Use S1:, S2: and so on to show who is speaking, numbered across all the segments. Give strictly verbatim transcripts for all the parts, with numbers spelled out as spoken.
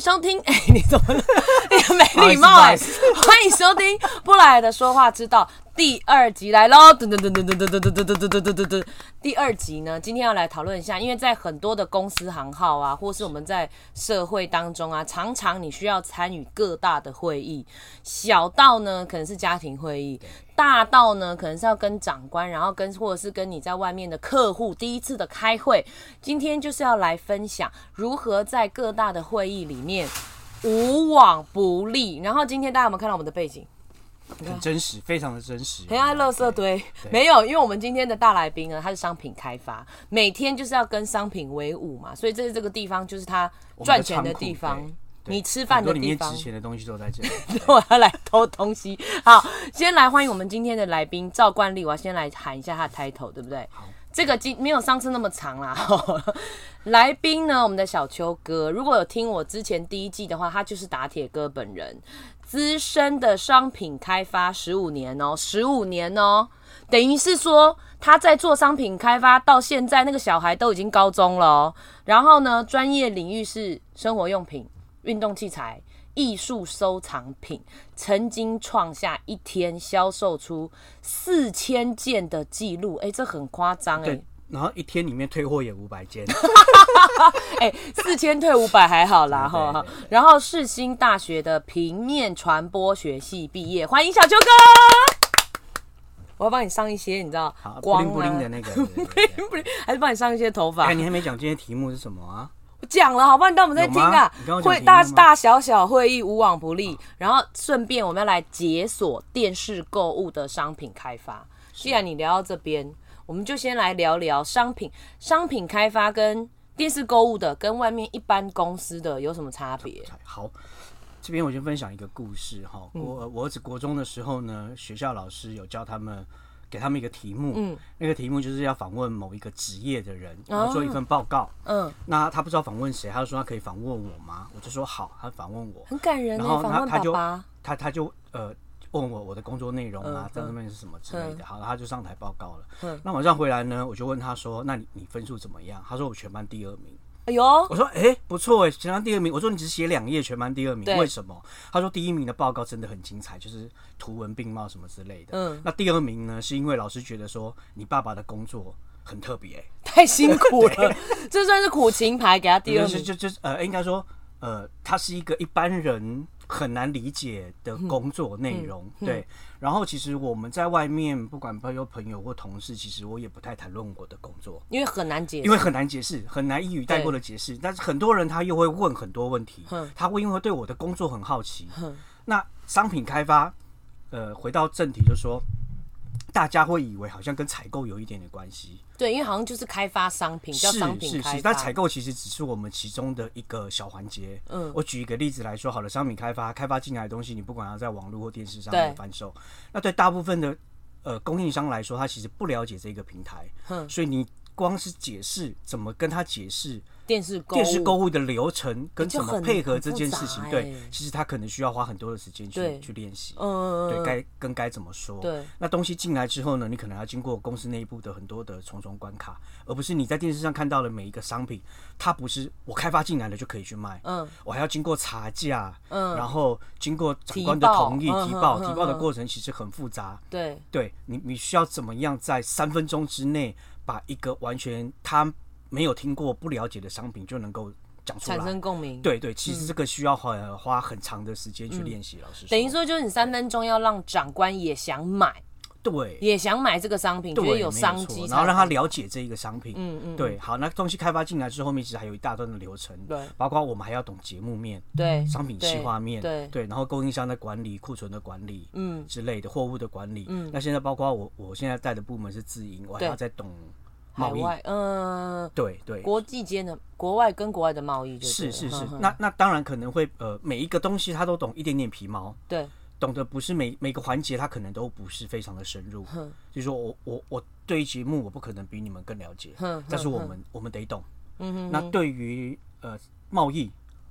S1: 收听，哎、欸，你怎么了？你很没礼貌哎、欸！欢迎收听布莱尔的说话之道第二集来喽！噔噔噔噔噔噔噔噔噔噔噔噔噔。第二集呢，今天要来讨论一下，因为在很多的公司行号啊，或是我们在社会当中啊，常常你需要参与各大的会议，小到呢可能是家庭会议，大到呢可能是要跟长官，然后跟或者是跟你在外面的客户第一次的开会。今天就是要来分享如何在各大的会议里面无往不利。然后今天大家有没有看到我们的背景？
S2: 很真实，非常的真实。
S1: 很爱垃圾堆，没有，因为我们今天的大来宾呢，他是商品开发，每天就是要跟商品为伍嘛，所以这是这个地方就是他赚钱的地方，你吃饭的地方，
S2: 很多里面值钱的东西都在这里。
S1: 我要来偷东西。好，先来欢迎我们今天的来宾，照惯例我要先来喊一下他的 title， 对不对？好，这个没有上次那么长啦。来宾呢，我们的小邱哥，如果有听我之前第一季的话，他就是打铁哥本人。资深的商品开发十五年哦，十五年哦，等于是说他在做商品开发到现在，那个小孩都已经高中了哦。然后呢，专业领域是生活用品、运动器材、艺术收藏品，曾经创下一天销售出四千件的记录，哎，这很夸张哎。
S2: 然后一天里面退货也五百件，
S1: 哎，四千退五百还好啦哈。然后世新大学的平面传播学系毕业，欢迎小邱哥。我要帮你上一些，你知道，光啊，
S2: 布灵布灵的那个，
S1: 布灵，还是帮你上一些头发。
S2: 哎，你还没讲今天题目是什么啊？
S1: 我讲了，好不好？你当我们在听啊。会大大小小会议无往不利，然后顺便我们要来解锁电视购物的商品开发。既然你聊到这边，我们就先来聊聊商品商品开发跟电视购物的跟外面一般公司的有什么差别？
S2: 好，这边我先分享一个故事哈。我我儿子国中的时候呢，学校老师有教他们，给他们一个题目，嗯，那个题目就是要访问某一个职业的人，然后做一份报告。嗯，那他不知道访问谁，他就说他可以访问我吗？我就说好，他访问我，
S1: 很感人。然后他他就
S2: 他他就呃。问我我的工作内容啊，在上面是什么之类的，好，他就上台报告了。那晚上回来呢，我就问他说：“那你你分数怎么样？”他说：“我全班第二名。”哎呦，我说：“哎、欸，不错哎，全班第二名。”我说：“你只写两页，全班第二名，为什么？”他说：“第一名的报告真的很精彩，就是图文并茂什么之类的。嗯，那第二名呢，是因为老师觉得说你爸爸的工作很特别、欸，
S1: 太辛苦了，这算是苦情牌，给他第二名。
S2: 就就就呃，应该说呃，他是一个一般人很难理解的工作内容，嗯嗯、对。然后其实我们在外面，不管朋友、朋友或同事，其实我也不太谈论我的工作，
S1: 因为很难解释，
S2: 因为很难解释，很难一语带过的解释。但是很多人他又会问很多问题，他会因为对我的工作很好奇。那商品开发，呃，回到正题，就是说，大家会以为好像跟采购有一点点关系。
S1: 对，因为好像就是开发商品，叫商品开发。是是是，
S2: 但采购其实只是我们其中的一个小环节。嗯，我举一个例子来说，好了，商品开发，开发进来的东西，你不管要在网络或电视上面贩售，那对大部分的呃供应商来说，他其实不了解这个平台，嗯，所以你光是解释怎么跟他解释。
S1: 电视购物
S2: 电视购物的流程跟怎么配合这件事情，欸、对，其实他可能需要花很多的时间去去练习，嗯，对，该跟该怎么说，对，那东西进来之后呢，你可能要经过公司内部的很多的重重关卡，而不是你在电视上看到的每一个商品，它不是我开发进来了就可以去卖，嗯，我还要经过查价，嗯，然后经过长官的同意提报，提报的过程其实很复杂，对，对你你需要怎么样在三分钟之内把一个完全他没有听过、不了解的商品就能够讲出来，
S1: 产生共鸣。
S2: 对对，其实这个需要花、嗯、花很长的时间去练习。嗯、老师
S1: 等于说，就是你三分钟要让长官也想买，
S2: 对，
S1: 也想买这个商品，觉得有商机，
S2: 然后让他了解这一个商品。嗯嗯，对，好，那东西开发进来之后，后面其实还有一大段的流程，对，包括我们还要懂节目面，对，商品企划面，对对，然后供应商的管理、库存的管理，嗯之类的，货物的管理。嗯，那现在包括我我现在带的部门是自营，我还要再懂。
S1: 海外，嗯、呃，
S2: 对对，
S1: 国际间的国外跟国外的贸易就是
S2: 是是，那那当然可能会呃，每一个东西他都懂一点点皮毛，对，懂得不是每每个环节他可能都不是非常的深入，就是说我我我对于节目我不可能比你们更了解，但是我们我们得懂，嗯哼，那对于呃贸易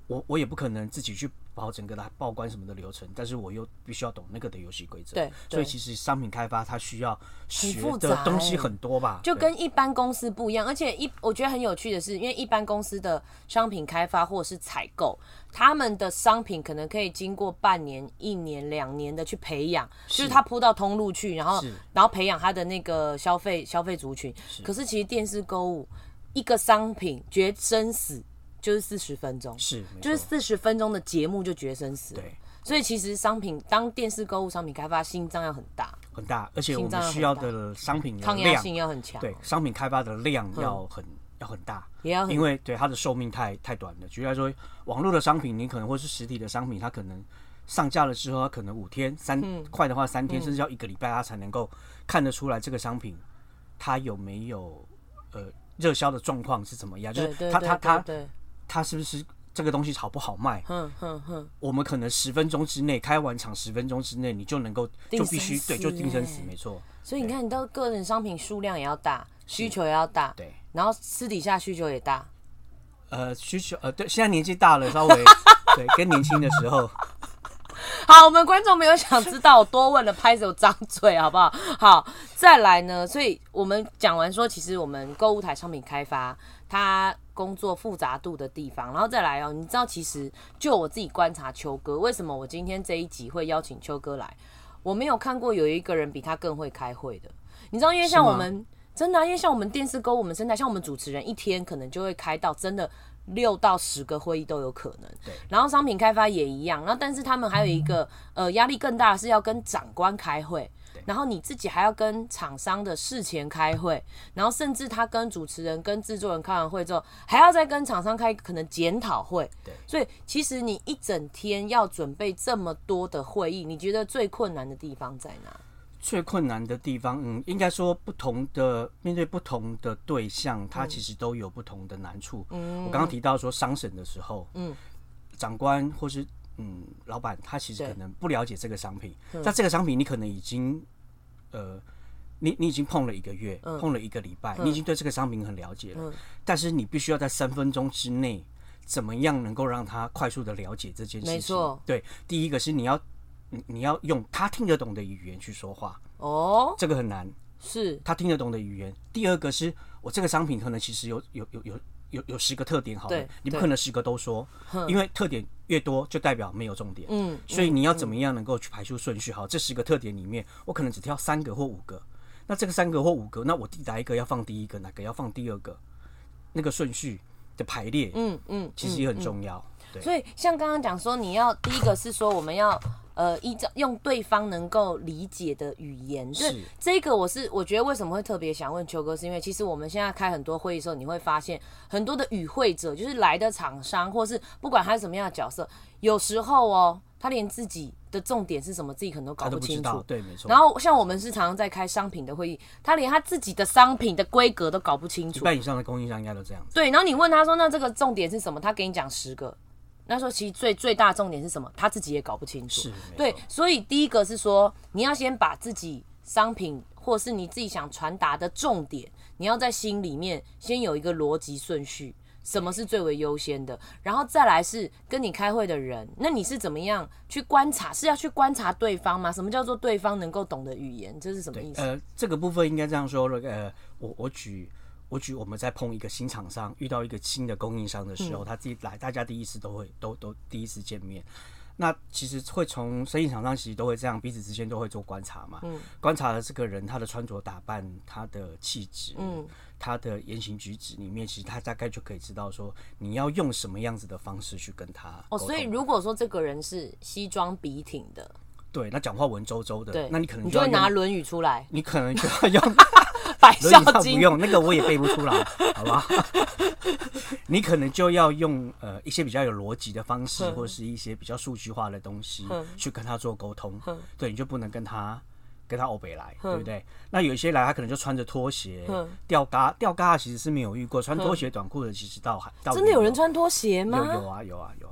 S2: 我我也不可能自己去跑整个的报关什么的流程，但是我又必须要懂那个的游戏规则。
S1: 对，
S2: 所以其实商品开发它需要学的东西很多吧，
S1: 就跟一般公司不一样。而且一我觉得很有趣的是，因为一般公司的商品开发或者是采购，他们的商品可能可以经过半年、一年、两年的去培养，是就是他铺到通路去，然后然后培养他的那个消费消费族群。可是其实电视购物一个商品决生死。就是四十分钟，
S2: 是，
S1: 就是四十分钟的节目就决生死了。对，所以其实商品当电视购物商品开发，心脏要很大，
S2: 很大，而且我们需要的商品的
S1: 抗压性要很强。
S2: 对，商品开发的量要很、嗯、要很大，
S1: 也要很
S2: 因为对它的寿命太太短了。举例来说，网络的商品，你可能或是实体的商品，它可能上架了之后，它可能五天，三、嗯、快的话三天，嗯、甚至要一个礼拜，它才能够看得出来这个商品它有没有呃热销的状况是怎么样，就是它它它它是不是这个东西好不好卖？嗯嗯嗯，我们可能十分钟之内开完场，十分钟之内你就能够就必须对就定生死，没错。
S1: 所以你看，你到个人商品数量也要大，需求也要大，对，然后私底下需求也大。
S2: 呃，需求呃对，现在年纪大了，稍微对跟年轻的时候。
S1: 好，我们观众没有想知道，我多问了，拍手张嘴，好不好？好，再来呢，所以我们讲完说，其实我们购物台商品开发，它工作复杂度的地方，然后再来哦，你知道，其实就我自己观察秋哥，为什么我今天这一集会邀请秋哥来？我没有看过有一个人比他更会开会的，你知道，因为像我们真的、啊，因为像我们电视购物，我们生态，像我们主持人一天可能就会开到真的。六到十个会议都有可能，然后商品开发也一样，然后但是他们还有一个呃压力更大的是要跟长官开会，然后你自己还要跟厂商的事前开会，然后甚至他跟主持人跟制作人开完会之后，还要再跟厂商开可能检讨会，所以其实你一整天要准备这么多的会议，你觉得最困难的地方在哪？
S2: 最困难的地方，嗯，应该说不同的面对不同的对象，它其实都有不同的难处。嗯，我刚刚提到说商审的时候，嗯，长官或是嗯老板，他其实可能不了解这个商品，那这个商品你可能已经呃，你你已经碰了一个月，嗯、碰了一个礼拜，嗯、你已经对这个商品很了解了，嗯、但是你必须要在三分钟之内，怎么样能够让他快速的了解这件事情？没错，对，第一个是你要。你要用他听得懂的语言去说话哦，这个很难。是他听得懂的语言。第二个是我这个商品可能其实有有有有有有十个特点好了，你不可能十个都说，因为特点越多就代表没有重点。嗯，所以你要怎么样能够去排出顺序？好，这十个特点里面，我可能只挑三个或五个。那这个三个或五个，那我哪一个要放第一个，哪个要放第二个？那个顺序的排列，嗯嗯，其实也很重要。对，
S1: 所以像刚刚讲说，你要第一个是说我们要。呃，依照用对方能够理解的语言，对这个我是我觉得为什么会特别想问秋哥，是因为其实我们现在开很多会议的时候，你会发现很多的与会者，就是来的厂商，或是不管他是什么样的角色，有时候哦，他连自己的重点是什么，自己可能都搞不清楚。
S2: 对，没错。
S1: 然后像我们是常常在开商品的会议，他连他自己的商品的规格都搞不清楚。
S2: 一半以上的供应商应该都这样子。
S1: 对，然后你问他说，那这个重点是什么？他给你讲十个。那时候其实最最大重点是什么？他自己也搞不清楚。是，对，所以第一个是说，你要先把自己商品或是你自己想传达的重点，你要在心里面先有一个逻辑顺序，什么是最为优先的，然后再来是跟你开会的人，那你是怎么样去观察？是要去观察对方吗？什么叫做对方能够懂的语言？这是什么意思？
S2: 呃，这个部分应该这样说。呃，我我举。我举我们在碰一个新厂商，遇到一个新的供应商的时候，嗯、他自己来，大家第一次都会都都第一次见面。那其实会从生意厂商其实都会这样，彼此之间都会做观察嘛。嗯、观察了这个人他的穿着打扮、他的气质、嗯、他的言行举止里面，其实他大概就可以知道说你要用什么样子的方式去跟他。
S1: 哦，所以如果说这个人是西装笔挺的，
S2: 对，那讲话文绉绉的，对，那你可能
S1: 就要你就会拿《论语》出来，
S2: 你可能就要用。
S1: 百孝经
S2: 不用那个我也背不出来，好吧？你可能就要用呃一些比较有逻辑的方式，或者是一些比较数据化的东西去跟他做沟通。对，你就不能跟他跟他欧北来，对不对？那有一些来他可能就穿着拖鞋，吊嘎吊嘎其实是没有遇过，穿拖鞋短裤的其实到还到
S1: 真的有人穿拖鞋吗？
S2: 有有啊有啊有啊有。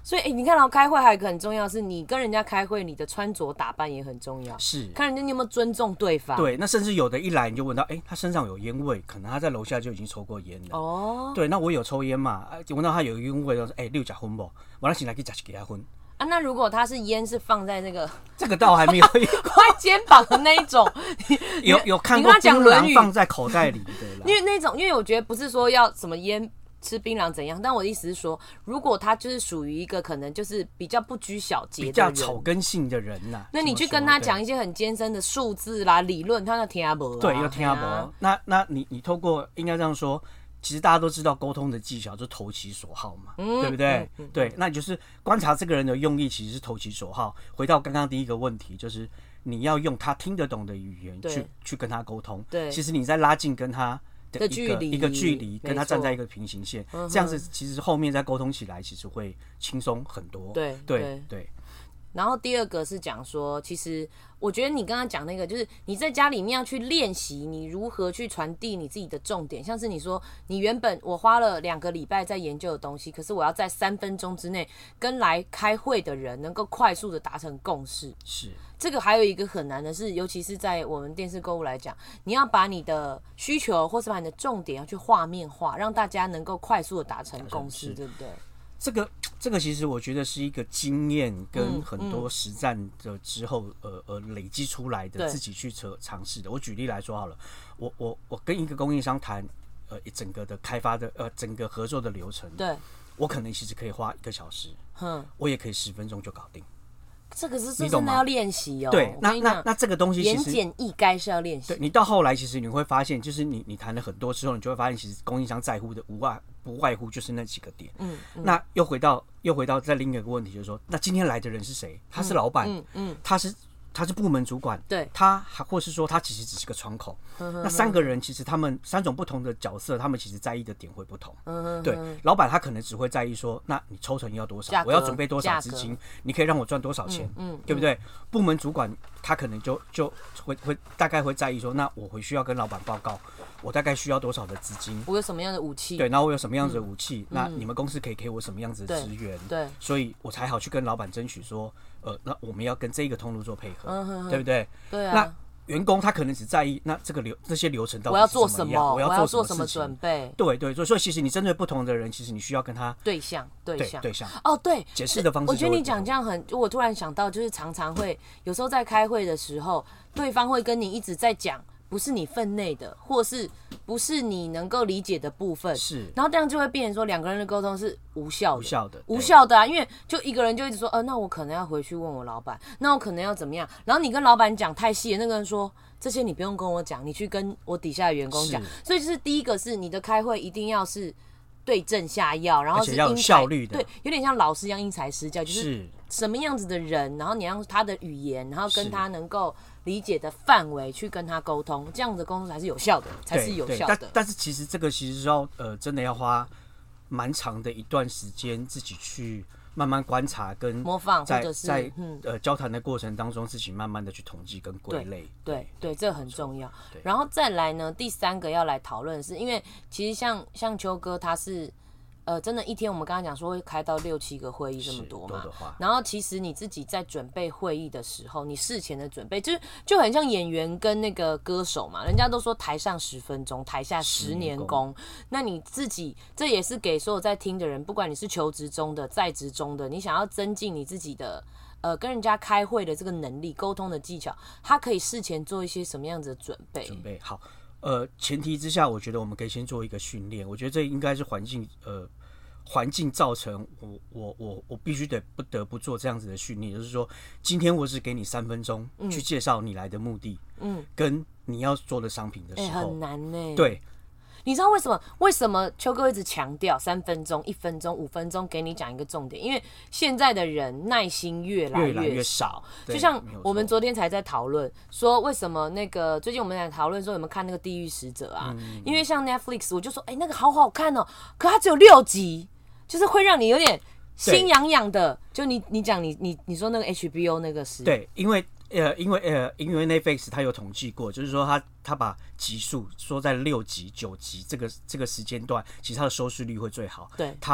S1: 所以，哎、欸，你看到开会还有一个很重要的是，你跟人家开会，你的穿着打扮也很重要。
S2: 是，
S1: 看人家你有没有尊重对方。
S2: 对，那甚至有的一来你就闻到，哎、欸，他身上有烟味，可能他在楼下就已经抽过烟了。哦。对，那我有抽烟嘛，闻到他有烟味，就说，哎、欸，你有吃烟不？我那醒来去吃一给他烟。
S1: 啊，那如果他是烟是放在那个，
S2: 这个倒还没有
S1: 放在肩膀的那一种，
S2: 有有看过槟榔放在口袋里的啦。
S1: 因为那种，因为我觉得不是说要什么烟。吃槟榔怎样？但我的意思是说，如果他就是属于一个可能就是比较不拘小节的人，
S2: 比较草根性的人呐、啊，
S1: 那你去跟他讲一些很艰深的数字啦、理论，他就听不懂、啊。
S2: 对，又听不懂、啊。那那你你透过应该这样说，其实大家都知道沟通的技巧就是投其所好嘛，嗯、对不对？嗯嗯、对，那你就是观察这个人的用意，其实是投其所好。回到刚刚第一个问题，就是你要用他听得懂的语言去去跟他沟通。对，其实你在拉近跟他。的距离一个距离，跟他站在一个平行线，这样子其实后面再沟通起来，其实会轻松很多。对对对。
S1: 然后第二个是讲说，其实我觉得你刚刚讲那个，就是你在家里面要去练习，你如何去传递你自己的重点。像是你说，你原本我花了两个礼拜在研究的东西，可是我要在三分钟之内跟来开会的人能够快速的达成共识。
S2: 是。
S1: 这个还有一个很难的是，尤其是在我们电视购物来讲，你要把你的需求或是把你的重点要去画面化，让大家能够快速的达成共识，对不对？
S2: 这个这个其实我觉得是一个经验跟很多实战的之后、嗯嗯、呃呃累积出来的，自己去尝试的。我举例来说好了，我我我跟一个供应商谈呃整个的开发的呃整个合作的流程，对，我可能其实可以花一个小时，嗯，我也可以十分钟就搞定。
S1: 这个是真的要练习哦。
S2: 对，那那那这个东西其实
S1: 言简意赅是要练习。
S2: 对，你到后来其实你会发现，就是你你谈了很多之后，你就会发现，其实供应商在乎的无外不外乎就是那几个点。嗯，嗯那又回到又回到再另一个问题，就是说，那今天来的人是谁？他是老板，嗯 嗯, 嗯，他是。他是部门主管，对，他还或是说他其实只是个窗口。那三个人其实他们三种不同的角色，他们其实在意的点会不同。对，老板他可能只会在意说，那你抽成要多少，我要准备多少资金，你可以让我赚多少钱，嗯，对不对？部门主管他可能就就会会大概会在意说，那我回去要跟老板报告，我大概需要多少的资金，
S1: 我有什么样的武器，
S2: 对，然后我有什么样子的武器，那你们公司可以给我什么样子的资源，对，所以我才好去跟老板争取说。呃，那我们要跟这个通路做配合，嗯、哼哼对不对？对啊。那员工他可能只在意那这个流这些流程到底是什么样，
S1: 我要做什么准备？
S2: 对对，所以其实你针对不同的人，其实你需要跟他
S1: 对象对象
S2: 对象
S1: 哦，对
S2: 解释的方式。
S1: 我觉得你讲这样很，我突然想到，就是常常会有时候在开会的时候，对方会跟你一直在讲。不是你分内的，或是不是你能够理解的部分，是，然后这样就会变成说两个人的沟通是无效的，
S2: 无效的，
S1: 无效的啊！因为就一个人就一直说，呃，那我可能要回去问我老板，那我可能要怎么样？然后你跟老板讲太细了，那个人说这些你不用跟我讲，你去跟我底下的员工讲。所以就是第一个是你的开会一定要是对症下药，然后是
S2: 要有效率的，
S1: 对，有点像老师一样因材施教，就是什么样子的人，然后你让他的语言，然后跟他能够。理解的范围去跟他沟通，这样的沟通才是有效的，才是有效的。
S2: 但但是其实这个其实是要呃，真的要花蛮长的一段时间，自己去慢慢观察跟
S1: 模仿，
S2: 在
S1: 或者是
S2: 在、嗯、呃交谈的过程当中，自己慢慢的去统计跟归类。
S1: 对对 对, 对，这很重要。然后再来呢，第三个要来讨论的是，因为其实像像邱哥他是。呃，真的，一天我们刚刚讲说会开到六七个会议这么多嘛，然后其实你自己在准备会议的时候，你事前的准备就就很像演员跟那个歌手嘛，人家都说台上十分钟，台下十年功。那你自己这也是给所有在听的人，不管你是求职中的、在职中的，你想要增进你自己的呃跟人家开会的这个能力、沟通的技巧，他可以事前做一些什么样子的准备？
S2: 准备好。呃，前提之下，我觉得我们可以先做一个训练。我觉得这应该是环境，呃，环境造成我我我我必须得不得不做这样子的训练，就是说，今天我只给你三分钟去介绍你来的目的，嗯，跟你要做的商品的时候，
S1: 欸、很难呢。
S2: 对。
S1: 你知道为什么？为什么邱哥一直强调三分钟、一分钟、五分钟给你讲一个重点？因为现在的人耐心越来越少。越来越少就像我们昨天才在讨论说，为什么那个最近我们在讨论说有没有看那个《地狱使者》啊？嗯、因为像 Netflix， 我就说，哎、欸，那个好好看哦，可它只有六集，就是会让你有点心痒痒的。就你你讲你你你说那个 H B O 那个是？
S2: 对，因为。呃，因为呃，因为 Netflix 它有统计过，就是说它它把集数说在六集、九集这个这个时间段，其实它的收视率会最好。对，它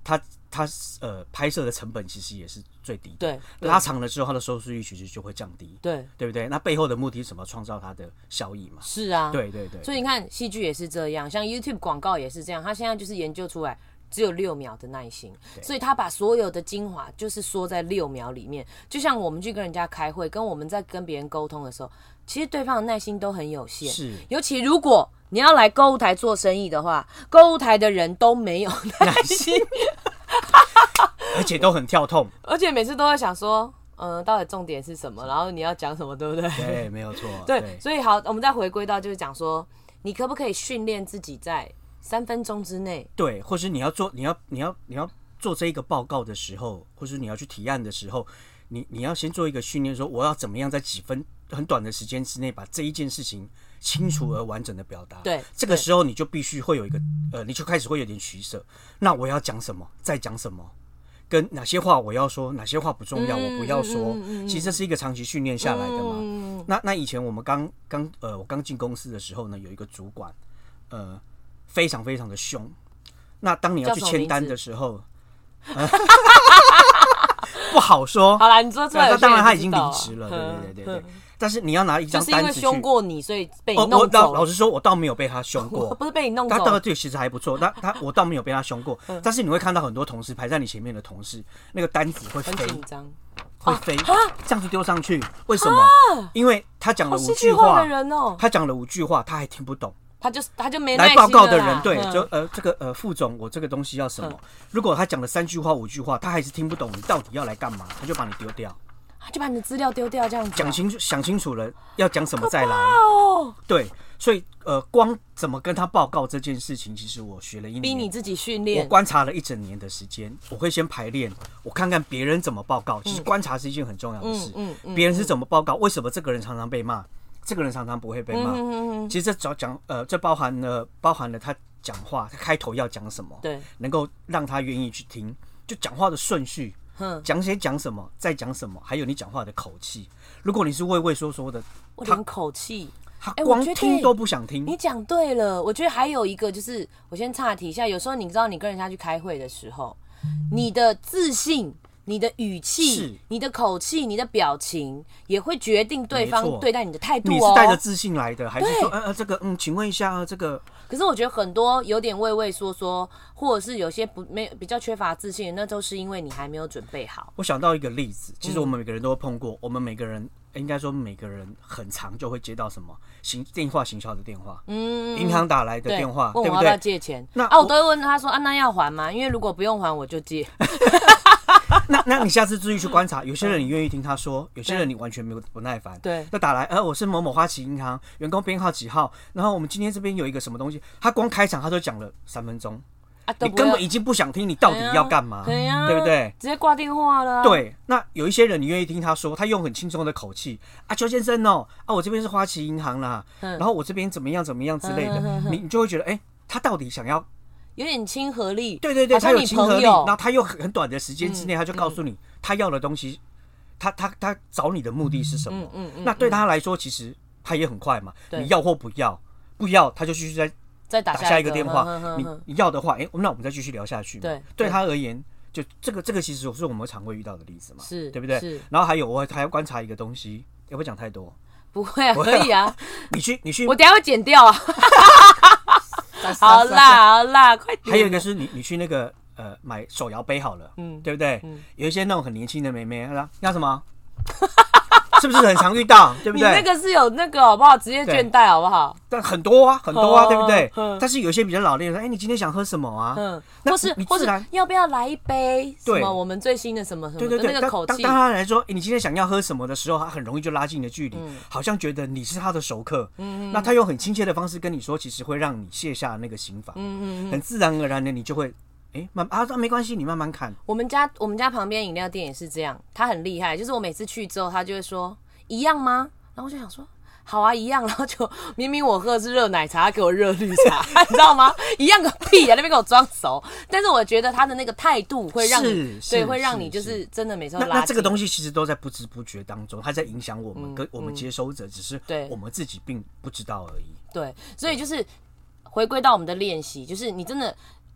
S2: 它它呃拍摄的成本其实也是最低的，
S1: 对，
S2: 拉长了之后，它的收视率其实就会降低，
S1: 对，
S2: 对不对？那背后的目的是什么？创造它的效益嘛。
S1: 是啊，
S2: 对对对。
S1: 所以你看，戏剧也是这样，像 YouTube 广告也是这样，它现在就是研究出来。只有六秒的耐心，所以他把所有的精华就是缩在六秒里面。就像我们去跟人家开会，跟我们在跟别人沟通的时候，其实对方的耐心都很有限。
S2: 是，
S1: 尤其如果你要来购物台做生意的话，购物台的人都没有耐心，
S2: 而且都很跳痛，
S1: 而且每次都会想说，嗯，到底重点是什么？然后你要讲什么，对不对？
S2: 对，没有错。
S1: 对，对所以好，我们再回归到就是讲说，你可不可以训练自己在三分钟之内，
S2: 对，或是你要做，你要你要你要做这一个报告的时候，或是你要去提案的时候，你你要先做一个训练，说我要怎么样在几分很短的时间之内把这一件事情清楚而完整的表达。
S1: 对，
S2: 这个时候你就必须会有一个呃，你就开始会有点取舍。那我要讲什么，再讲什么，跟哪些话我要说，哪些话不重要，嗯、我不要说。嗯嗯嗯、其实这是一个长期训练下来的嘛。嗯、那那以前我们刚刚呃，我刚进公司的时候呢，有一个主管，呃。非常非常的凶，那当你要去签单的时候，呃、不好说。
S1: 好啦，你说出来，
S2: 那当然他已经离职了，对对对对对。但是你要拿一张单子去，
S1: 就是因为凶过你，所以被你弄走。
S2: 哦、老实说，我倒没有被他凶过，
S1: 不是被你弄走。
S2: 他倒对其实还不错，他他我倒没有被他凶过。但是你会看到很多同事排在你前面的同事，那个单子会飞，
S1: 很紧张，
S2: 会飞，这样子丢上去。为什么？因为他讲了五句话，
S1: 哦、
S2: 他讲了五句话，他还听不懂。
S1: 他就他就没耐
S2: 心来报告的人，对，
S1: 嗯、
S2: 就呃这个呃副总，我这个东西要什么？嗯、如果他讲了三句话、五句话，他还是听不懂你到底要来干嘛，他就把你丢掉，
S1: 他就把你的资料丢掉，这样子、啊。
S2: 讲清楚，想清楚了要讲什么再来。
S1: 哦、
S2: 对，所以呃，光怎么跟他报告这件事情，其实我学了一年，
S1: 逼你自己训练。
S2: 我观察了一整年的时间，我会先排练，我看看别人怎么报告。其实观察是一件很重要的事，嗯嗯，别、嗯、人是怎么报告？为什么这个人常常被骂？这个人常常不会被骂，嗯嗯嗯其实这讲呃，这包含了包含了他讲话，他开头要讲什么，
S1: 对，
S2: 能够让他愿意去听，就讲话的顺序，讲先讲什么，再讲什么，还有你讲话的口气。如果你是畏畏缩缩的，
S1: 我连口气，
S2: 他光听都不想听。
S1: 你讲对了，我觉得还有一个就是，我先岔题一下，有时候你知道你跟人家去开会的时候，你的自信。你的语气、你的口气、你的表情，也会决定对方对待你的态度哦。
S2: 你是带着自信来的，还是说，呃呃，这个，嗯，请问一下，这个？
S1: 可是我觉得很多有点畏畏缩缩，或者是有些不没比较缺乏自信，那都是因为你还没有准备好。
S2: 我想到一个例子，其实我们每个人都会碰过，嗯、我们每个人应该说每个人很常就会接到什么行电话行销的电话，嗯，银行打来的电话，
S1: 对,
S2: 对不对？
S1: 问我要不要借钱？那啊，我都会问他说，啊，那要还吗？因为如果不用还，我就借。
S2: 那那你下次注意去观察，有些人你愿意听他说，有些人你完全没有不耐烦。
S1: 对，
S2: 那打来，呃，我是某某花旗银行员工编号几号，然后我们今天这边有一个什么东西，他光开场他都讲了三分钟，啊，你根本已经不想听，你到底要干嘛？
S1: 对呀，
S2: 对不对？
S1: 直接挂电话了、啊。
S2: 对，那有一些人你愿意听他说，他用很轻松的口气啊，邱先生哦，啊，我这边是花旗银行啦，嗯、然后我这边怎么样怎么样之类的，嗯、你你就会觉得，哎、欸，他到底想要？
S1: 有点亲和力，
S2: 对对对，他有亲和力，然后他又很短的时间之内，他就告诉你、嗯、他要的东西，他他他找你的目的是什么？嗯嗯嗯、那对他来说，其实他也很快嘛，你要或不要，不要他就继续再
S1: 再打
S2: 下一个电话，
S1: 呵呵呵
S2: 你你要的话，哎、欸，那我们再继续聊下去嘛。
S1: 对，
S2: 对他而言，就这个这个其实是我们常会遇到的例子嘛，
S1: 是，
S2: 对不对？
S1: 是。
S2: 然后还有我还要观察一个东西，要不要讲太多？
S1: 不会啊，可以啊。
S2: 你去你去，
S1: 我等一下会剪掉啊。好啦好啦，快点！
S2: 还有一个是你你去那个呃买手摇杯好了，嗯，对不对？嗯、有一些那种很年轻的妹妹，她要什么？是不是很常遇到？对不对？
S1: 你那个是有那个好不好？职业倦怠好不好？
S2: 但很多啊，很多啊，对不对？但是有些比较老练的说，哎、欸，你今天想喝什么啊？嗯，
S1: 或是或是要不要来一杯什么我们最新的什么什么的？对对对，那个口气。
S2: 当他来说，欸，你今天想要喝什么的时候，他很容易就拉近了距离，嗯、好像觉得你是他的熟客。嗯嗯。那他用很亲切的方式跟你说，其实会让你卸下那个心防。嗯嗯。很自然而然的，你就会。哎、欸，慢啊，没关系，你慢慢看。
S1: 我们家我们家旁边饮料店也是这样，他很厉害，就是我每次去之后，他就会说一样吗？然后我就想说好啊，一样。然后就明明我喝的是热奶茶，他给我热绿茶，你知道吗？一样个屁啊！那边给我装熟。但是我觉得他的那个态度会让你，对，会让你就是真的每次都拉近。
S2: 那那这个东西其实都在不知不觉当中，它在影响我们，跟我们接收者，只是我们自己并不知道而已。
S1: 对，所以就是回归到我们的练习，就是你真的。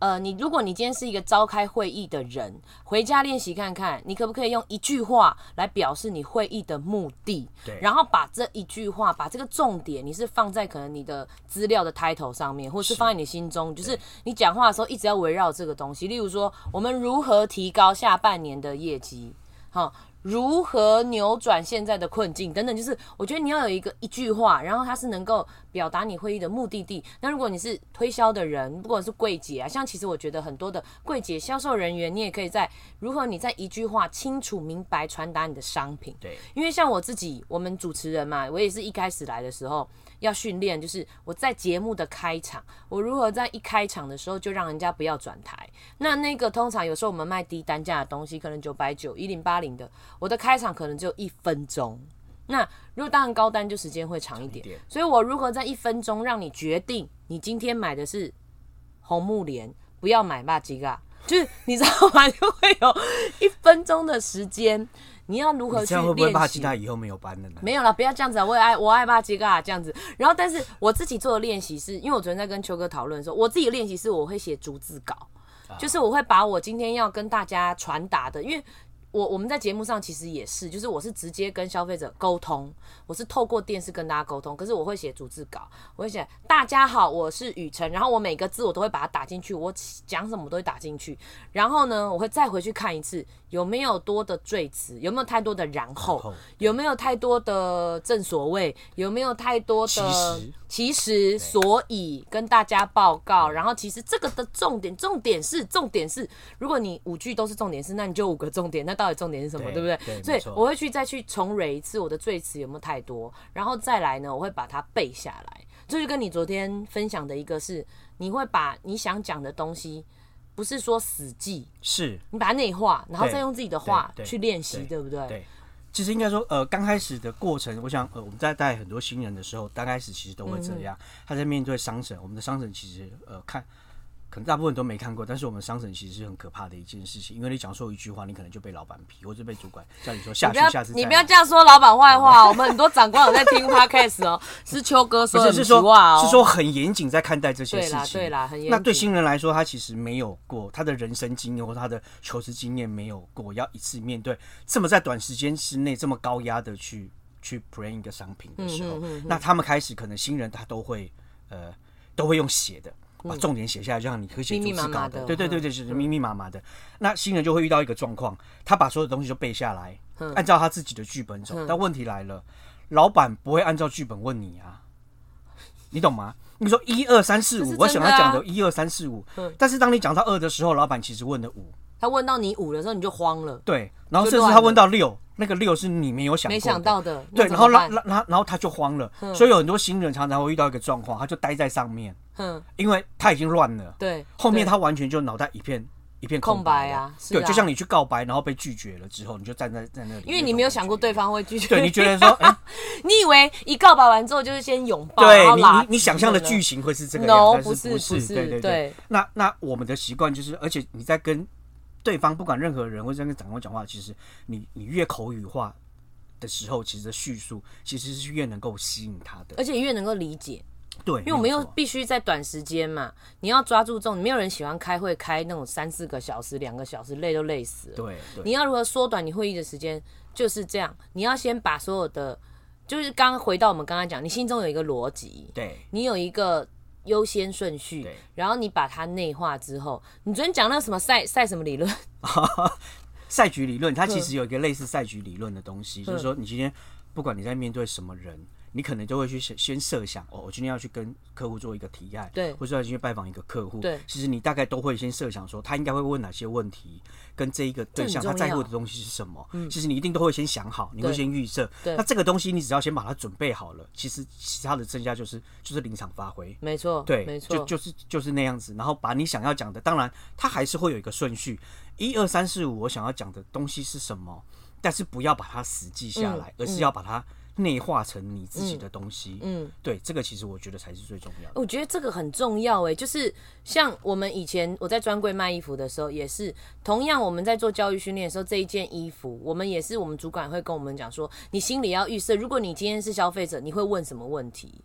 S1: 呃，你如果你今天是一个召开会议的人，回家练习看看，你可不可以用一句话来表示你会议的目的？
S2: 对，
S1: 然后把这一句话，把这个重点，你是放在可能你的资料的 title 上面，或是放在你心中，就是你讲话的时候一直要围绕这个东西。例如说，我们如何提高下半年的业绩？好。如何扭转现在的困境等等，就是我觉得你要有一个一句话，然后它是能够表达你会议的目的地。那如果你是推销的人，不管是柜姐啊，像其实我觉得很多的柜姐、销售人员，你也可以在如何你在一句话清楚明白传达你的商品。
S2: 对，
S1: 因为像我自己，我们主持人嘛，我也是一开始来的时候要训练，就是我在节目的开场，我如何在一开场的时候就让人家不要转台。那那个通常有时候我们卖低单价的东西，可能九百九、一零八零的。我的开场可能只有一分钟，那如果当然高单就时间会长一点，所以我如何在一分钟让你决定你今天买的是红木莲，不要买巴吉嘎，就是你知道吗？就会有一分钟的时间，你要如何去练习？
S2: 这样会不会巴吉嘎以后没有班了呢？
S1: 没有啦，不要这样子啊！我也爱我爱巴吉嘎这样子。然后，但是我自己做的练习是，因为我昨天在跟邱哥讨论的时候，我自己的练习是我会写逐字稿，啊、就是我会把我今天要跟大家传达的，因为。我我们在节目上其实也是，就是我是直接跟消费者沟通，我是透过电视跟大家沟通，可是我会写逐字稿，我会写大家好，我是雨辰，然后我每个字我都会把它打进去，我讲什么我都会打进去，然后呢，我会再回去看一次有没有多的赘词，有没有太多的然后，有没有太多的正所谓，有没有太多的
S2: 其实
S1: 其实所以跟大家报告，然后其实这个的重点重点是重点是，如果你五句都是重点是，那你就五个重点，那到底重点是什么， 对, 对不对？所以我会去再去重蕊一次我的赘词有没有太多，然后再来呢，我会把它背下来。就是跟你昨天分享的一个是，你会把你想讲的东西，不是说死记，
S2: 是
S1: 你把它内化，然后再用自己的话去练习， 对, 对不对？
S2: 对。其实应该说，呃，刚开始的过程，我想，呃，我们在带很多新人的时候，刚开始其实都会这样。嗯、他在面对商审，我们的商审其实，呃，看。可能大部分都没看过，但是我们商审其实是很可怕的一件事情，因为你讲错一句话，你可能就被老板批，或者被主管叫你说下去，下次再来。
S1: 你不要这样说老板坏话，我们很多长官有在听 podcast 哦，是邱哥说的，
S2: 是说是说很严谨在看待这些事情。
S1: 对啦，对啦，很严谨。
S2: 那对新人来说，他其实没有过他的人生经验或他的求职经验没有过，要一次面对这么在短时间之内这么高压的去去 brand 一个商品的时候，嗯、哼哼哼那他们开始可能新人他都会呃都会用写的。把重点写下来，就像你会写逐字稿的，对对对对，就是密密麻麻的。那新人就会遇到一个状况，他把所有东西就背下来，按照他自己的剧本走。但问题来了，老板不会按照剧本问你啊，你懂吗？你说一二三四五，我想要讲的一二三四五，但是当你讲到二的时候，老板其实问的五。
S1: 他问到你五的时候，你就慌了。
S2: 对，然后甚至他问到六，那个六是你没有想过的，
S1: 没想到的。
S2: 对，然后然后然后他就慌了。所以有很多新人常常会遇到一个状况，他就待在上面，因为他已经乱了。
S1: 对，
S2: 后面他完全就脑袋一片一片空白
S1: 啊。
S2: 对，就像你去告白，然后被拒绝了之后，你就站在在那里，
S1: 因为你没有想过对方会拒绝。
S2: 对，你觉得说，哎，
S1: 你以为一告白完之后就是先拥抱，
S2: 对你你你想象的剧情会是这个样子，
S1: 不是不是，
S2: 对对对。那那我们的习惯就是，而且你在跟对方不管任何人或者跟长官讲话，其实你你越口语化的时候，其实的叙述其实是越能够吸引他的，
S1: 而且越能够理解。
S2: 对，
S1: 因为我们又必须在短时间嘛，你要抓住重点。没有人喜欢开会开那种三四个小时、两个小时，累都累死了。
S2: 对，
S1: 你要如何缩短你会议的时间？就是这样，你要先把所有的，就是刚刚回到我们刚刚讲，你心中有一个逻辑，
S2: 对，
S1: 你有一个优先顺序，然后你把它内化之后，你昨天讲那个什么赛赛什么理论？
S2: 赛局理论，它其实有一个类似赛局理论的东西，就是说你今天不管你在面对什么人。你可能就会去先设想，哦，我今天要去跟客户做一个提案，
S1: 对，
S2: 或者要去拜访一个客户，
S1: 对，
S2: 其实你大概都会先设想说，他应该会问哪些问题，跟这一个对象他在乎的东西是什么，嗯，其实你一定都会先想好，你会先预设，那这个东西你只要先把它准备好了，其实其他的剩下就是就是临场发挥，
S1: 没错，
S2: 对，
S1: 没错，
S2: 就就是就是那样子，然后把你想要讲的，当然它还是会有一个顺序，一二三四五，我想要讲的东西是什么，但是不要把它死记下来，嗯，而是要把它内化成你自己的东西，嗯，对，这个其实我觉得才是最重要的。
S1: 我觉得这个很重要哎，就是像我们以前我在专柜卖衣服的时候，也是同样我们在做教育训练的时候，这一件衣服，我们也是我们主管会跟我们讲说，你心里要预设，如果你今天是消费者，你会问什么问题？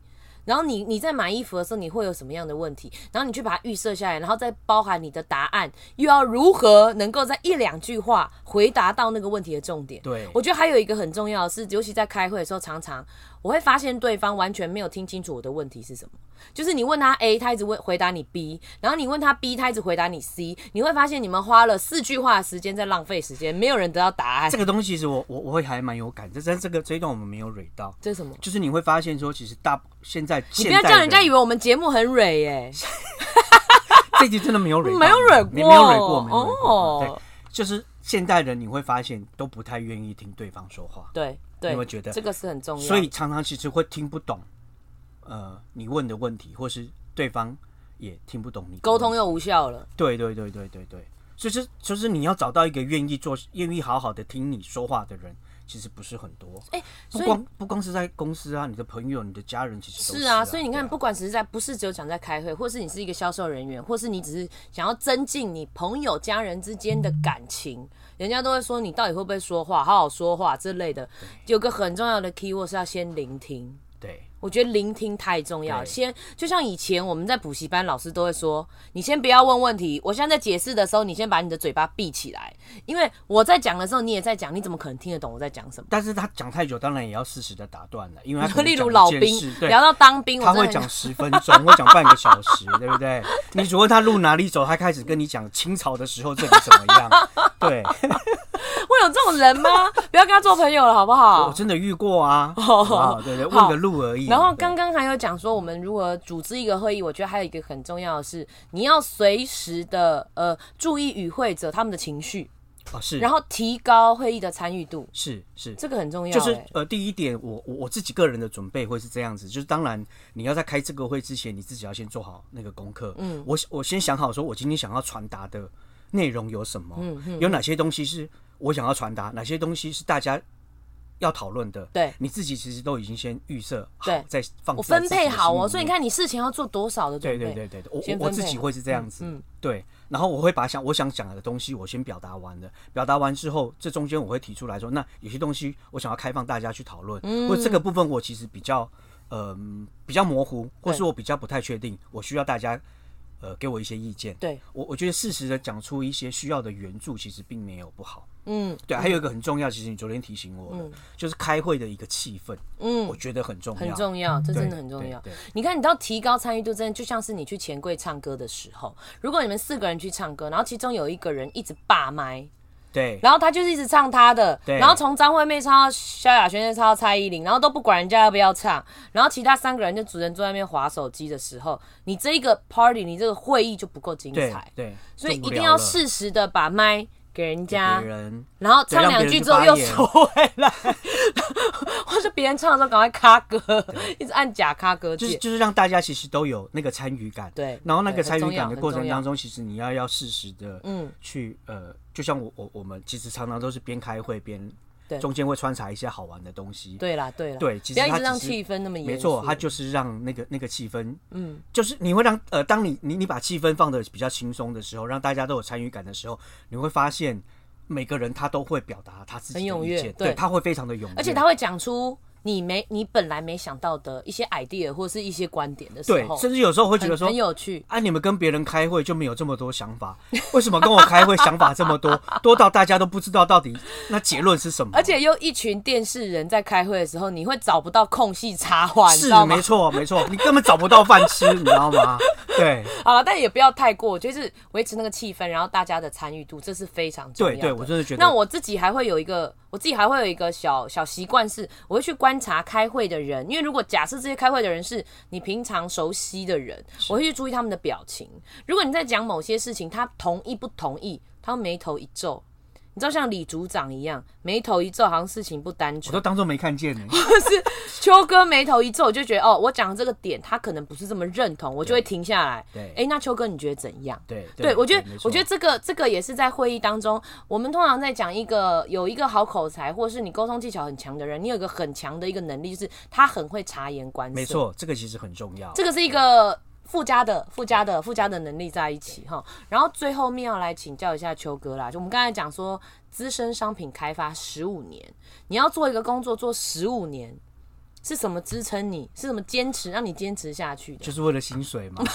S1: 然后你你在买衣服的时候，你会有什么样的问题？然后你去把它预设下来，然后再包含你的答案，又要如何能够在一两句话回答到那个问题的重点？
S2: 对，
S1: 我觉得还有一个很重要的是，尤其在开会的时候，常常我会发现对方完全没有听清楚我的问题是什么。就是你问他 A， 他一直回答你 B， 然后你问他 B， 他一直回答你 C， 你会发现你们花了四句话的时间在浪费时间，没有人得到答案。
S2: 这个东西其实我我我会还蛮有感，但这个这一段我们没有蕊到。
S1: 这是什么？
S2: 就是你会发现说，其实大现在
S1: 你不要叫人家以为我们节目很蕊耶、欸。
S2: 这一集真的没有蕊，
S1: 没有蕊过，
S2: 没有蕊过，没有蕊过。
S1: 哦、
S2: 对，就是现代人你会发现都不太愿意听对方说话。
S1: 对对，
S2: 你会觉得
S1: 这个是很重要，
S2: 所以常常其实会听不懂，呃，你问的问题，或是对方也听不懂你，
S1: 沟通又无效了。
S2: 对对对对对对，所以就是就是你要找到一个愿意做、愿意好好的听你说话的人。其实不是很多，哎、欸，不光不光是在公司啊，你的朋友、你的家人，其实都是啊。
S1: 是啊，所以你看，不管只是在，不是只有讲在开会，或是你是一个销售人员，或是你只是想要增进你朋友、家人之间的感情，人家都会说你到底会不会说话，好好说话之类的。有个很重要的 keyword 是要先聆听。
S2: 对。
S1: 我觉得聆听太重要，先就像以前我们在补习班，老师都会说，你先不要问问题，我现在在解释的时候，你先把你的嘴巴闭起来，因为我在讲的时候，你也在讲，你怎么可能听得懂我在讲什么？
S2: 但是他讲太久，当然也要适时的打断了，因为他可能
S1: 例如老兵聊到当兵，
S2: 他会讲十分钟，会讲半个小时，对不对？你只问他路哪里走，他开始跟你讲清朝的时候这里怎么样？对。
S1: 会有这种人吗？不要跟他做朋友了，好不好？
S2: 我真的遇过啊，好不好？对对，问个路而已。
S1: 然后刚刚还有讲说，我们如何组织一个会议，我觉得还有一个很重要的是，你要随时的呃注意与会者他们的情绪。
S2: 哦，是，
S1: 然后提高会议的参与度，
S2: 是是，
S1: 这个很重要。
S2: 就是呃，第一点，我我我自己个人的准备会是这样子，就是当然你要在开这个会之前，你自己要先做好那个功课。嗯，我我先想好说，我今天想要传达的内容有什么，嗯嗯，有哪些东西是我想要传达，哪些东西是大家要讨论的，
S1: 对，
S2: 你自己其实都已经先预设好，再放
S1: 我分配好哦。所以你看，你事前要做多少的准备？
S2: 对对对对对，我我自己会是这样子，嗯，对。然后我会把想我想讲的东西，我先表达完了，表达完之后，这中间我会提出来说，那有些东西我想要开放大家去讨论，嗯，或者这个部分我其实比较呃比较模糊，或是我比较不太确定，我需要大家。呃，给我一些意见。对，我我觉得适时的讲出一些需要的援助，其实并没有不好。嗯，对，还有一个很重要，其实你昨天提醒我的，嗯、就是开会的一个气氛。嗯，我觉得很重要，
S1: 很重要，这真的很重要。你看，你到提高参与度，真的就像是你去钱柜唱歌的时候，如果你们四个人去唱歌，然后其中有一个人一直霸麦。
S2: 对，
S1: 然后他就是一直唱他的，然后从张惠妹唱到萧亚轩，再唱到蔡依林，然后都不管人家要不要唱，然后其他三个人就主人坐在那边滑手机的时候，你这一个 party， 你这个会议就不够精彩，
S2: 对，对，
S1: 所以一定要适时的把麦给人家，
S2: 给人
S1: 然后唱两句之后又收回来，或者别人唱的时候赶快卡歌，一直按假卡歌键，
S2: 就是就是让大家其实都有那个参与感，
S1: 对，
S2: 然后那个参与感的过程当中，其实你要要适时的嗯去呃。就像我我我们其实常常都是边开会边，中间会穿插一些好玩的东西。
S1: 对啦对啦，
S2: 对，其实它
S1: 不要一直让气氛那么严肃。
S2: 没错，它就是让那个那个气氛，嗯，就是你会让呃，当你你你把气氛放得比较轻松的时候，让大家都有参与感的时候，你会发现每个人他都会表达他自己的意见，对，他会非常的踊跃，
S1: 而且他会讲出。你没你本来没想到的一些 idea 或是一些观点的时候，
S2: 对，甚至有时候会觉得说
S1: 很, 很有趣。
S2: 啊，你们跟别人开会就没有这么多想法，为什么跟我开会想法这么多，多到大家都不知道到底那结论是什么？
S1: 而且又一群电视人在开会的时候，你会找不到空隙插话，
S2: 是没错没错，你根本找不到饭吃，你知道吗？对，
S1: 好了，但也不要太过，就是维持那个气氛，然后大家的参与度，这是非常重要的。
S2: 对对，我真的觉得。
S1: 那我自己还会有一个。我自己还会有一个小小习惯，是我会去观察开会的人，因为如果假设这些开会的人是你平常熟悉的人，我会去注意他们的表情。如果你在讲某些事情，他同意不同意，他眉头一皱。你知道像李组长一样，眉头一皱，好像事情不单纯。
S2: 我都当作没看见呢。
S1: 或是秋哥眉头一皱，我就觉得哦，我讲的这个点他可能不是这么认同，我就会停下来。对，哎、欸，那秋哥你觉得怎样？
S2: 对，
S1: 对, 对我觉得，我觉得这个这个也是在会议当中，我们通常在讲一个有一个好口才，或是你沟通技巧很强的人，你有一个很强的一个能力，就是他很会察言观色。
S2: 没错，这个其实很重要。
S1: 这个是一个。附加的、附加的、附加的能力在一起哈，然后最后面要来请教一下秋哥啦，就我们刚才讲说，资深商品开发十五年，你要做一个工作做十五年， 是什么支撑你？是什么坚持让你坚持下去的？
S2: 就是为了薪水嘛。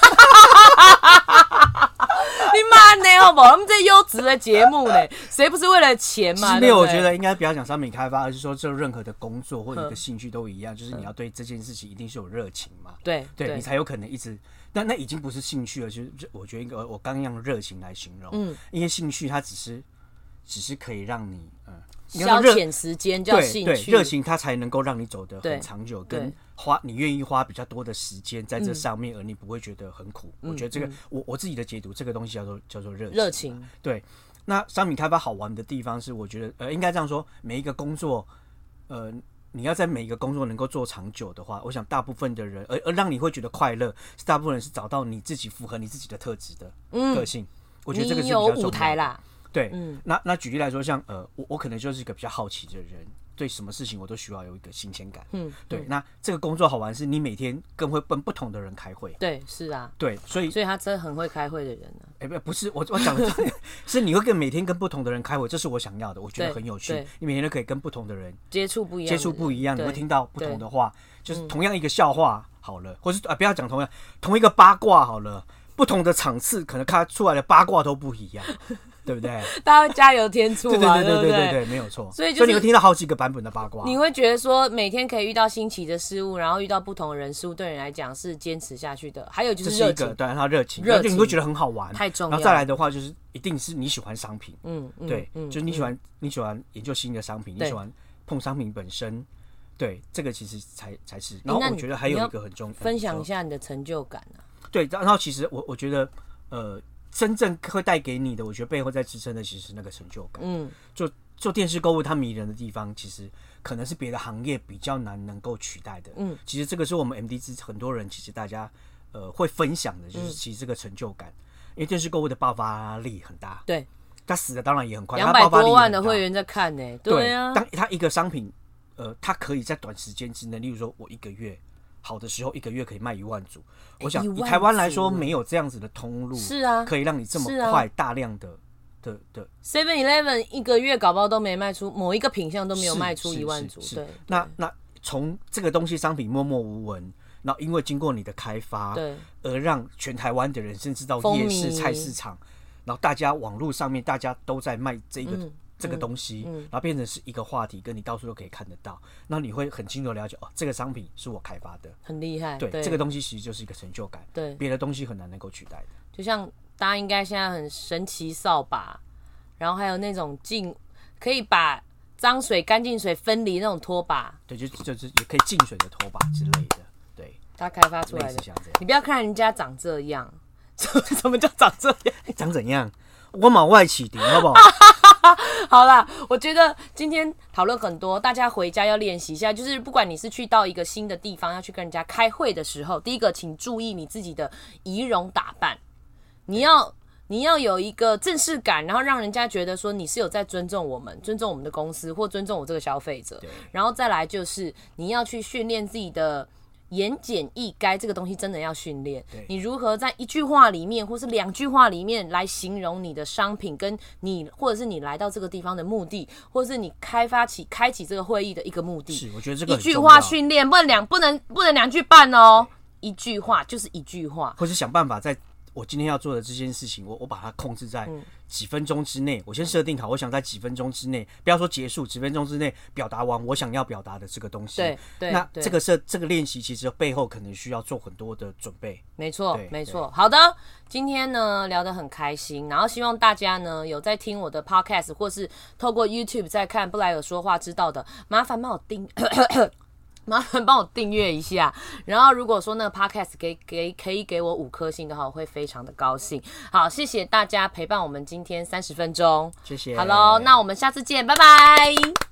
S1: 你妈呢？好不好？我们这优质的节目呢，谁不是为了钱嘛？
S2: 没有，我觉得应该不要讲商品开发，而是说做任何的工作或你的兴趣都一样，就是你要对这件事情一定是有热情嘛。
S1: 对，
S2: 对，对你才有可能一直。那那已经不是兴趣了，就是我觉得一个我刚用热情来形容，嗯，因为兴趣它只是只是可以让你嗯。
S1: 消遣时间叫兴趣，
S2: 热情它才能够让你走得很长久，跟花你愿意花比较多的时间在这上面，嗯、而你不会觉得很苦。嗯、我觉得这个、嗯、我我自己的解读，这个东西叫做叫做热情。
S1: 热情
S2: 对。那商品开发好玩的地方是，我觉得呃应该这样说，每一个工作，呃你要在每一个工作能够做长久的话，我想大部分的人，而而让你会觉得快乐，是大部分人是找到你自己符合你自己的特质的个性。嗯、我觉得这个是比较重要的。
S1: 你有舞台啦。
S2: 对，嗯、那那举例来说，像呃，我我可能就是一个比较好奇的人，对什么事情我都需要有一个新鲜感。嗯，对。嗯、那这个工作好玩是，你每天更会跟不同的人开会。
S1: 对，是啊。
S2: 对，所以
S1: 所以他真的很会开会的人呢、啊。
S2: 哎、欸，不是我我讲的是你会跟每天跟不同的人开会，这是我想要的，我觉得很有趣。你每天都可以跟不同的人
S1: 接触不一样，
S2: 接触不一样，你会听到不同的话，就是同样一个笑话好了，或是啊不要讲同样同一个八卦好了，不同的场次可能看出来的八卦都不一样。对不对？
S1: 大家会加油添醋嘛？
S2: 对对对对对对，没有错。所以、就是、所以你会听到好几个版本的八卦。
S1: 你会觉得说，每天可以遇到新奇的事物，然后遇到不同的人事物，对人来讲是坚持下去的。还有就是热情，
S2: 这是一个对他热情，热情你会觉得很好玩，
S1: 太重要。
S2: 然后再来的话，就是一定是你喜欢商品，嗯，嗯对，嗯、就是你喜欢、嗯、你喜欢研究新的商品，你喜欢碰商品本身，对，这个其实才才是。然后我觉得还有一个很重要，
S1: 分享一下你的成就感啊。
S2: 对，然后其实我我觉得呃。真正会带给你的，我觉得背后在支撑的其实是那个成就感。嗯，做做电视购物，它迷人的地方，其实可能是别的行业比较难能够取代的。嗯，其实这个是我们 M D 之很多人其实大家呃会分享的，就是其实这个成就感，嗯、因为电视购物的爆发力很大。
S1: 对，
S2: 它死的当然也很快，
S1: 两百多万的会员在看呢、欸。对啊，
S2: 当它一个商品，呃，它可以在短时间之内，例如说我一个月。好的时候，一个月可以卖一万组。我想以台湾来说，没有这样子的通路，
S1: 是啊，
S2: 可以让你这么快、大量的的的。
S1: Seven Eleven 一个月搞不好都没卖出某一个品项都没有卖出一万组。对，
S2: 那那从这个东西商品默默无闻，然后因为经过你的开发，对，而让全台湾的人甚至到夜市、菜市场，然后大家网络上面大家都在卖这个。嗯这个东西，嗯嗯、然后变成是一个话题，跟你到处都可以看得到，那你会很清楚了解哦，这个商品是我开发的，
S1: 很厉害。
S2: 对，对这个东西其实就是一个成就感，
S1: 对，
S2: 别的东西很难能够取代的。
S1: 就像大家应该现在很神奇扫把，然后还有那种净可以把脏水、干净水分离那种拖把，
S2: 对，就就是也可以净水的拖把之类的，对，
S1: 他开发出来的。你不要看人家长这样，什么叫长这样？
S2: 长怎样？我往外起顶，好不好？
S1: 好啦，我觉得今天讨论很多，大家回家要练习一下。就是不管你是去到一个新的地方，要去跟人家开会的时候，第一个请注意你自己的仪容打扮，你要你要有一个正式感，然后让人家觉得说你是有在尊重我们、尊重我们的公司或尊重我这个消费者。然后再来就是你要去训练自己的。言简意赅这个东西真的要训练，你如何在一句话里面或是两句话里面来形容你的商品，跟你或者是你来到这个地方的目的，或者是你开发起开启这个会议的一个目的。
S2: 是，我觉得这个
S1: 一句话训练不能两不能不能两句半哦，一句话就是一句话，
S2: 或是想办法在我今天要做的这件事情，我我把它控制在几分钟之内，嗯、我先设定好，我想在几分钟之内，不要说结束，几分钟之内表达完我想要表达的这个东西。
S1: 对对，
S2: 那这个是这个练习，其实背后可能需要做很多的准备。
S1: 没错，没错。好的，今天呢聊得很开心，然后希望大家呢有在听我的 podcast， 或是透过 YouTube 在看布莱尔说话知道的，麻烦帮我订。麻烦帮我订阅一下，然后如果说那个 podcast 给给可以给我五颗星的话，我会非常的高兴。好，谢谢大家陪伴我们今天三十分钟，
S2: 谢谢。
S1: 好咯，那我们下次见，拜拜。